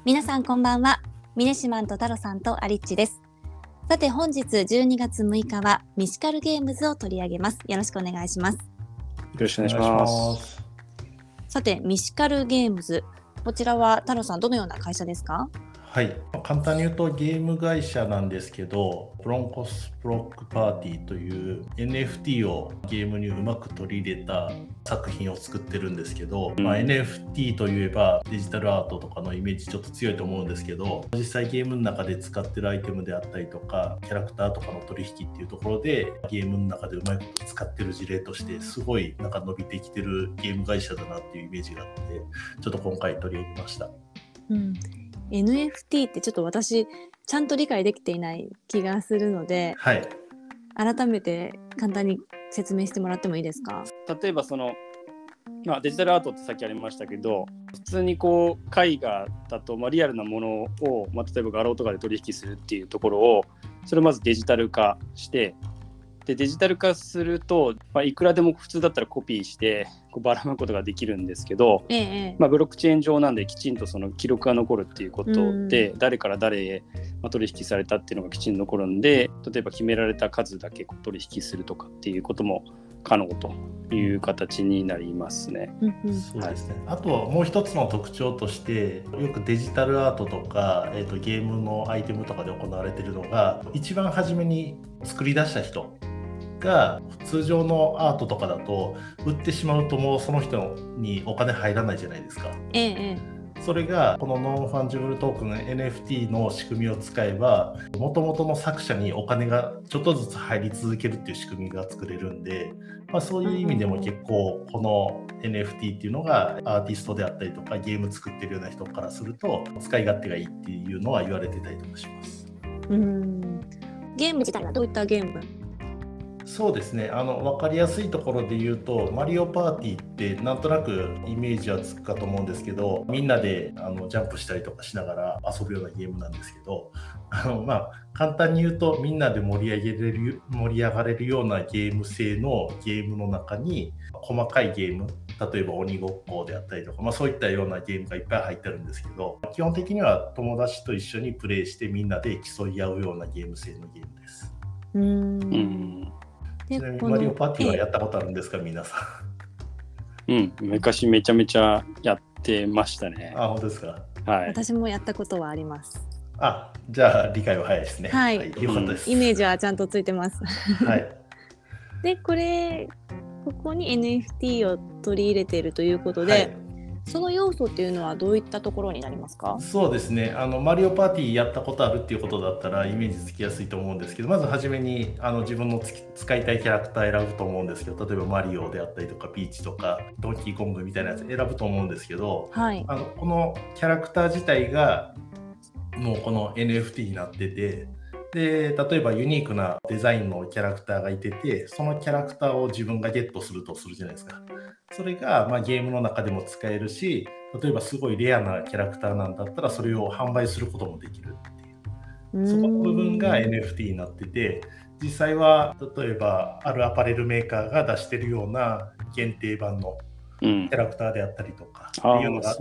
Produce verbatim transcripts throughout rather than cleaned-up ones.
皆さんこんばんは。ミネシマンとタロさんとアリッチです。さて本日じゅうにがつむいかはミシカルゲームズを取り上げます。よろしくお願いします。よろしくお願いします。 さてミシカルゲームズ、こちらはタロさんどのような会社ですか？ はい、簡単に言うとゲーム会社なんですけど、ブロンコスブロックパーティーという エヌエフティー をゲームにうまく取り入れた作品を作ってるんですけど、まあ、エヌエフティー といえばデジタルアートとかのイメージちょっと強いと思うんですけど、実際ゲームの中で使ってるアイテムであったりとかキャラクターとかの取引っていうところでゲームの中でうまいこと使ってる事例としてすごいなんか伸びてきてるゲーム会社だなっていうイメージがあって、ちょっと今回取り上げました。 うん、エヌエフティー ってちょっと私ちゃんと理解できていない気がするので、 はい、 改めて簡単に説明してもらってもいいですか？ 例えばその、まあ、デジタルアートってさっきありましたけど、普通にこう絵画だと、まあ、リアルなものを、まあ、例えば画廊とかで取引するっていうところをそれをまずデジタル化して、でデジタル化すると、まあ、いくらでも普通だったらコピーしてこうばらまくことができるんですけど、 ええまあ、ブロックチェーン上なんできちんとその記録が残るっていうことで、誰から誰へ取引されたっていうのがきちんと残るんで、例えば決められた数だけ取引するとかっていうことも可能という形になりますね。 そうですね。あともう一つの特徴として、よくデジタルアートとか、えーと、ゲームのアイテムとかで行われているのが、一番初めに作り出した人が通常のアートとかだと売ってしまうともうその人にお金入らないじゃないですか。 ええ、 それがこのノンファンジブルトークン エヌエフティー の仕組みを使えば、もともとの作者にお金がちょっとずつ入り続けるっていう仕組みが作れるんで、まあ、そういう意味でも結構この エヌエフティー っていうのがアーティストであったりとかゲーム作ってるような人からすると使い勝手がいいっていうのは言われてたりとかします。 うん、ゲーム自体はどういったゲーム？ そうですね、あの分かりやすいところで言うと、マリオパーティーってなんとなくイメージはつくかと思うんですけど、みんなであのジャンプしたりとかしながら遊ぶようなゲームなんですけど、あの、まあ、簡単に言うとみんなで盛り上げれる盛り上がれるようなゲーム性のゲームの中に細かいゲーム、例えば鬼ごっこであったりとか、まあ、そういったようなゲームがいっぱい入ってるんですけど、基本的には友達と一緒にプレイしてみんなで競い合うようなゲーム性のゲームです。 うーんうんちなみにマリオパーティーはやったことあるんですか、皆さん。うん、昔めちゃめちゃやってましたね。 あ、本当ですか。 はい、私もやったことはあります。 あ、じゃあ理解は早いですね。 はい、 はい、よかったです、 うん。イメージはちゃんとついてます。 はい。 で、これここに エヌエフティー を取り入れているということで、はい、その要素っていうのはどういったところになりますか？ そうですね、あのマリオパーティーやったことあるっていうことだったらイメージつきやすいと思うんですけど、まずはじめにあの自分の使いたいキャラクター選ぶと思うんですけど、例えばマリオであったりとかピーチとかドンキーコングみたいなやつ選ぶと思うんですけど、はい、あのこのキャラクター自体がもうこの エヌエフティー になってて、で例えばユニークなデザインのキャラクターがいてて、そのキャラクターを自分がゲットするとするじゃないですか。それがまあゲームの中でも使えるし、例えばすごいレアなキャラクターなんだったらそれを販売することもできるっていう、そこの部分が エヌエフティー になってて、実際は例えばあるアパレルメーカーが出してるような限定版のキャラクターであったりとかっていうのがあって、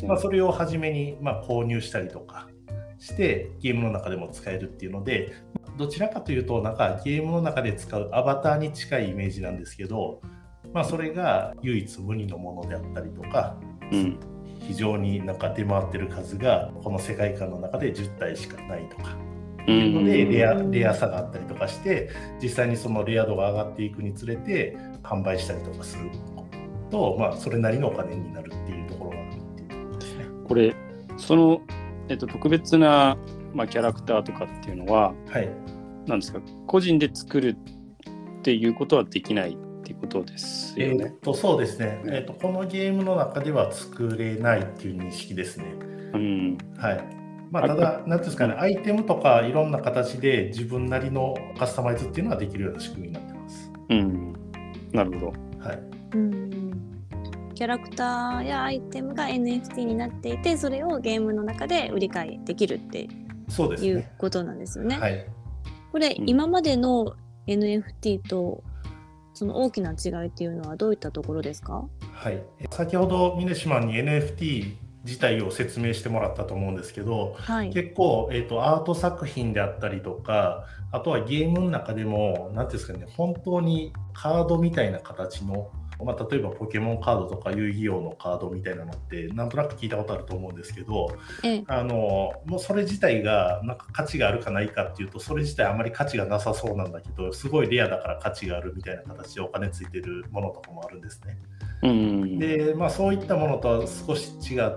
まあそれを初めにまあ購入したりとかしてゲームの中でも使えるっていうので、どちらかというとなんかゲームの中で使うアバターに近いイメージなんですけど、まあ、それが唯一無二のものであったりとか、うん、非常になんか出回ってる数がこの世界観の中でじゅったいしかないとかいうので、レア、レアさがあったりとかして、実際にそのレア度が上がっていくにつれて販売したりとかすると、まあ、それなりのお金になるっていうところがあるっていうところですね。 これそのえっと、特別な、まあ、キャラクターとかっていうのは、はい、なんですか、個人で作るっていうことはできないっていうことですよね。 えー、っとそうですね、えー、っとこのゲームの中では作れないっていう認識ですね。うん、はい。まあ、ただ何ですかね、アイテムとかいろんな形で自分なりのカスタマイズっていうのはできるような仕組みになってます。 うん、なるほど。 はい。うん、キャラクターやアイテムが エヌエフティー になっていて、それをゲームの中で売り買いできるっていうことなんですよね。はい、これ、うん、今までの エヌエフティー とその大きな違いっていうのはどういったところですか？ はい、先ほどミネシマンに エヌエフティー自体を説明してもらったと思うんですけど、 はい、 結構、えーと、アート作品であったりとか、あとはゲームの中でも何ていうんですかね、本当にカードみたいな形の、まあ、例えばポケモンカードとか遊戯王のカードみたいなのってなんとなく聞いたことあると思うんですけど、 ええ、 あのもうそれ自体がなんか価値があるかないかっていうと、それ自体あまり価値がなさそうなんだけど、すごいレアだから価値があるみたいな形でお金ついてるものとかもあるんですね。 うん、 で、まあ、そういったものとは少し違って、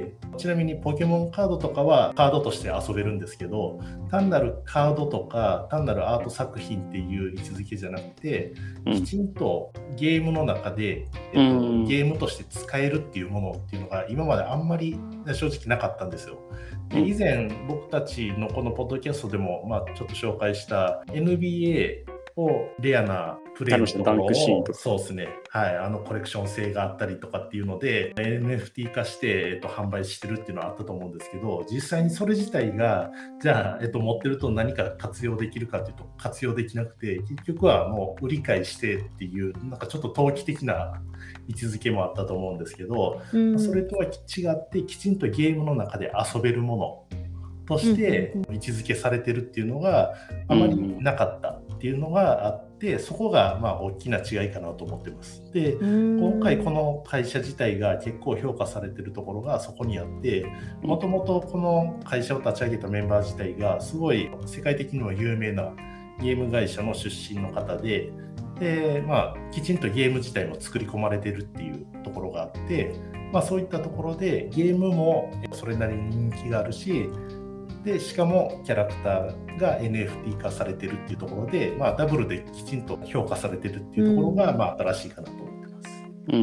ちなみにポケモンカードとかはカードとして遊べるんですけど、単なるカードとか単なるアート作品っていう位置づけじゃなくて、 うん、 きちんとゲームの中で、えっと、うん、ゲームとして使えるっていうものっていうのが今まであんまり正直なかったんですよ。で、以前僕たちのこのポッドキャストでも、まあ、ちょっと紹介した エヌビーエーをレアなプレイのところを、そうですね、はい、あのコレクション性があったりとかっていうので エヌエフティー 化して、えっと、販売してるっていうのはあったと思うんですけど、実際にそれ自体がじゃあ、えっと、持ってると何か活用できるかというと活用できなくて、結局はもう売り買いしてっていうなんかちょっと投機的な位置づけもあったと思うんですけど、うん、それとは違ってきちんとゲームの中で遊べるものとして位置づけされてるっていうのがあまりなかったっていうのがあって、そこがまあ大きな違いかなと思ってます。で、今回この会社自体が結構評価されてるところがそこにあって、もともとこの会社を立ち上げたメンバー自体がすごい世界的にも有名なゲーム会社の出身の方で、で、まあ、きちんとゲーム自体も作り込まれてるっていうところがあって、まあ、そういったところでゲームもそれなりに人気があるし、でしかもキャラクターが エヌエフティー 化されてるっていうところで、まあ、ダブルできちんと評価されてるっていうところが、うん、まあ、新しいかなと思ってます。 うん、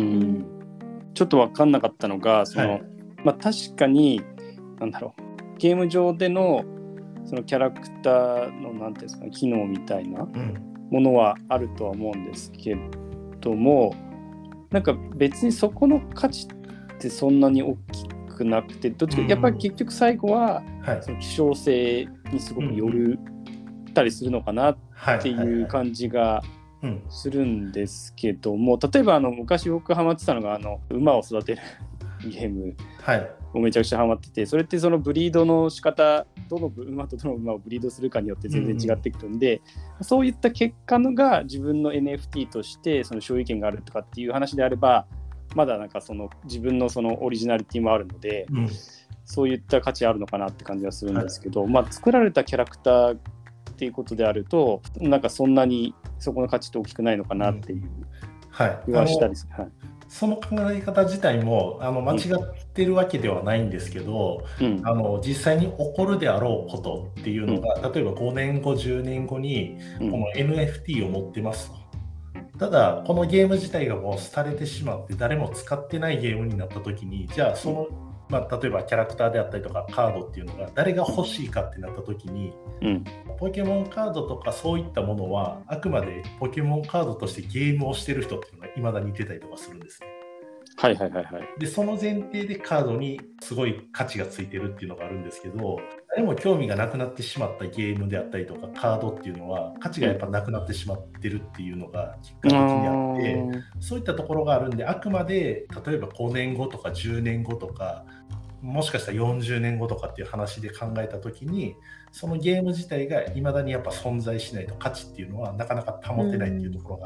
ちょっと分かんなかったのが、その、はい、まあ、確かになんだろう、ゲーム上でのそのキャラクターのなんていうんですかね、機能みたいなものはあるとは思うんですけども、なんか別にそこの価値ってそんなに大きくなくて、どっちか、うん、やっぱり結局最後は、はい、その希少性にすごくよるったりするのかなっていう感じがするんですけども、例えばあの昔僕ハマってたのがあの馬を育てるゲームをめちゃくちゃハマってて、それってそのブリードの仕方、どの馬とどの馬をブリードするかによって全然違ってくるんで、うん、そういった結果のが自分の エヌエフティー としてその所有権があるとかっていう話であれば、まだなんかその自分のそのオリジナリティもあるので、うん、そういった価値あるのかなって感じはするんですけど、はい、まあ、作られたキャラクターっていうことであると、なんかそんなにそこの価値って大きくないのかなっていう気はしたりする。はい、 その考え方自体もあの間違ってるわけではないんですけど、うん、あの実際に起こるであろうことっていうのが、うん、例えばごねんごじゅうねんごにこの エヌエフティー を持ってますと、うん、ただこのゲーム自体がもう廃れてしまって誰も使ってないゲームになった時に、じゃあその、まあ、例えばキャラクターであったりとかカードっていうのが誰が欲しいかってなった時に、うん、ポケモンカードとかそういったものはあくまでポケモンカードとしてゲームをしてる人っていうのが未だにいてたりとかするんですね。 はいはいはいはい。 でその前提でカードにすごい価値がついてるっていうのがあるんですけど、誰も興味がなくなってしまったゲームであったりとかカードっていうのは価値がやっぱなくなってしまってるっていうのが結果的にあって、そういったところがあるんで、あくまで例えばごねんごとかじゅうねんごとかもしかしたらよんじゅうねんごとかっていう話で考えたときに、そのゲーム自体がいまだにやっぱ存在しないと価値っていうのはなかなか保てないっていうところがあって、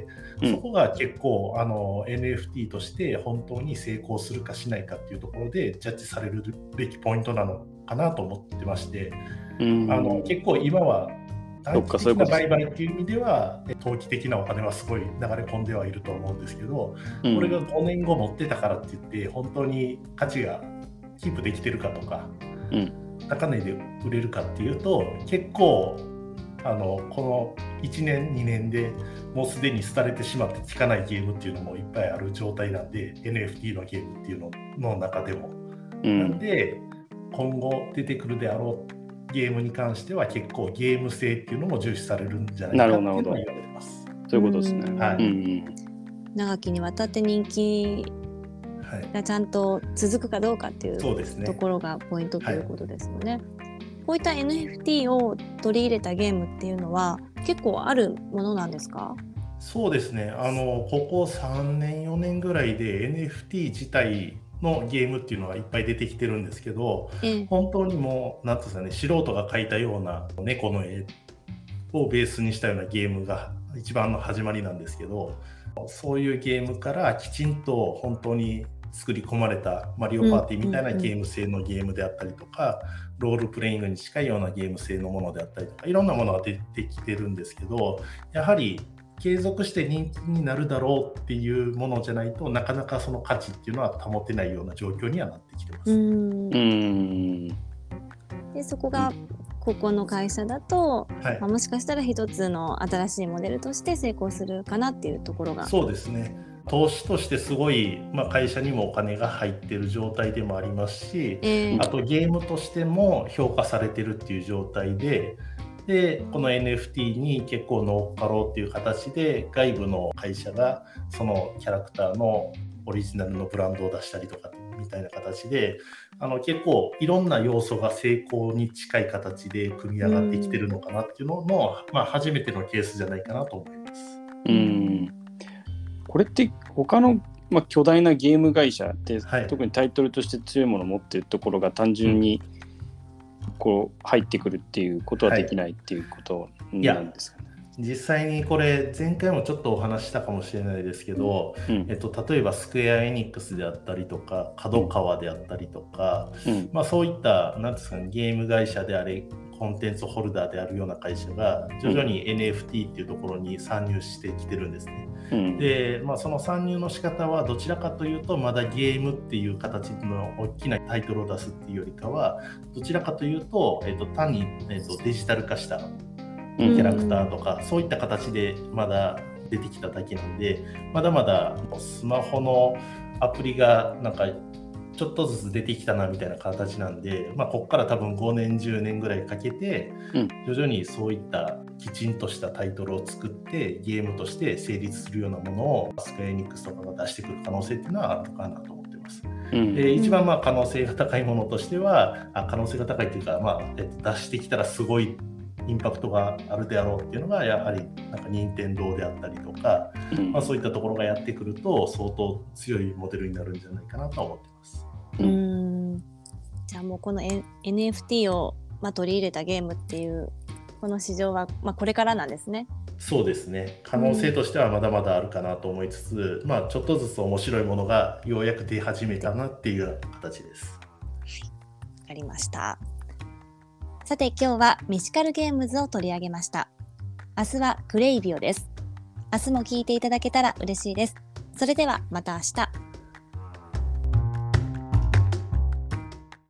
うん、そこが結構あの エヌエフティー として本当に成功するかしないかっていうところでジャッジされるべきポイントなのかなと思ってまして、うん、あの結構今は短期的な売買っていう意味では投機的なお金はすごい流れ込んではいると思うんですけど、うん、これがごねんご持ってたからって言って本当に価値がキープできてるかとか、うん、高値で売れるかっていうと結構あのこのいちねんにねんでもうすでに廃れてしまって効かないゲームっていうのもいっぱいある状態なんで、 エヌエフティー のゲームっていうのの中でも、うん、なんで今後出てくるであろうゲームに関しては結構ゲーム性っていうのも重視されるんじゃないかっていうのは言われてます。 そういうことですね、はい、うん、 長きにわたって人気がちゃんと続くかどうかっていうところがポイントということですよね。はい、こういった エヌエフティー を取り入れたゲームっていうのは結構あるものなんですか？ そうですね、あのここさんねんよねんぐらいで エヌエフティー 自体のゲームっていうのがいっぱい出てきてるんですけど、ええ、本当にもうなんていうんですかね、素人が描いたような猫の絵をベースにしたようなゲームが一番の始まりなんですけど、そういうゲームからきちんと本当に作り込まれたマリオパーティーみたいなゲーム性のゲームであったりとか、ロールプレイングに近いようなゲーム性のものであったりとか、いろんなものが出てきてるんですけど、やはり継続して人気になるだろうっていうものじゃないとなかなかその価値っていうのは保てないような状況にはなってきてます。うんうんでそこがここの会社だと、はいまあ、もしかしたら一つの新しいモデルとして成功するかなっていうところが。 そうですね、投資としてすごい、まあ、会社にもお金が入ってる状態でもありますし、えー、あとゲームとしても評価されてるっていう状態で、でこの エヌエフティー に結構乗っかろうっていう形で外部の会社がそのキャラクターのオリジナルのブランドを出したりとかみたいな形で、あの結構いろんな要素が成功に近い形で組み上がってきてるのかなっていうのの、まあ、初めてのケースじゃないかなと思います。 うんこれって他の、まあ、巨大なゲーム会社で、はい、特にタイトルとして強いものを持っているところが単純にこう入ってくるっていうことはできないっていうことなんですかね。 はい、実際にこれ前回もちょっとお話したかもしれないですけど、うんえっと、例えばスクエア・エニックスであったりとか角川であったりとか、うんまあ、そういったなんですかね、ゲーム会社であれコンテンツホルダーであるような会社が徐々に エヌエフティー っていうところに参入してきてるんですね。うん、で、まあ、その参入の仕方はどちらかというとまだゲームっていう形の大きなタイトルを出すっていうよりかはどちらかというと、えっと、単に、えっと、デジタル化したキャラクターとか、うん、そういった形でまだ出てきただけなんで、まだまだスマホのアプリがなんかちょっとずつ出てきたなみたいな形なんで、まあ、ここから多分ごねんじゅうねんぐらいかけて、うん、徐々にそういったきちんとしたタイトルを作ってゲームとして成立するようなものをスクエアエニックスとかが出してくる可能性っていうのはあるのかなと思ってます。うん、で一番まあ可能性が高いものとしてはあ可能性が高いというか、まあえっと、出してきたらすごいインパクトがあるであろうっていうのがやはりなんか任天堂であったりとか、うんまあ、そういったところがやってくると相当強いモデルになるんじゃないかなと思ってます。 うーんじゃあもうこの エヌエフティー を、まあ、取り入れたゲームっていうこの市場は、まあ、これからなんですね。 そうですね、可能性としてはまだまだあるかなと思いつつ、うんまあ、ちょっとずつ面白いものがようやく出始めたなっていうような形です。 はい、わかりました。さて今日はミシカルゲームズを取り上げました。明日はクレイビオです。明日も聞いていただけたら嬉しいです。それではまた明日。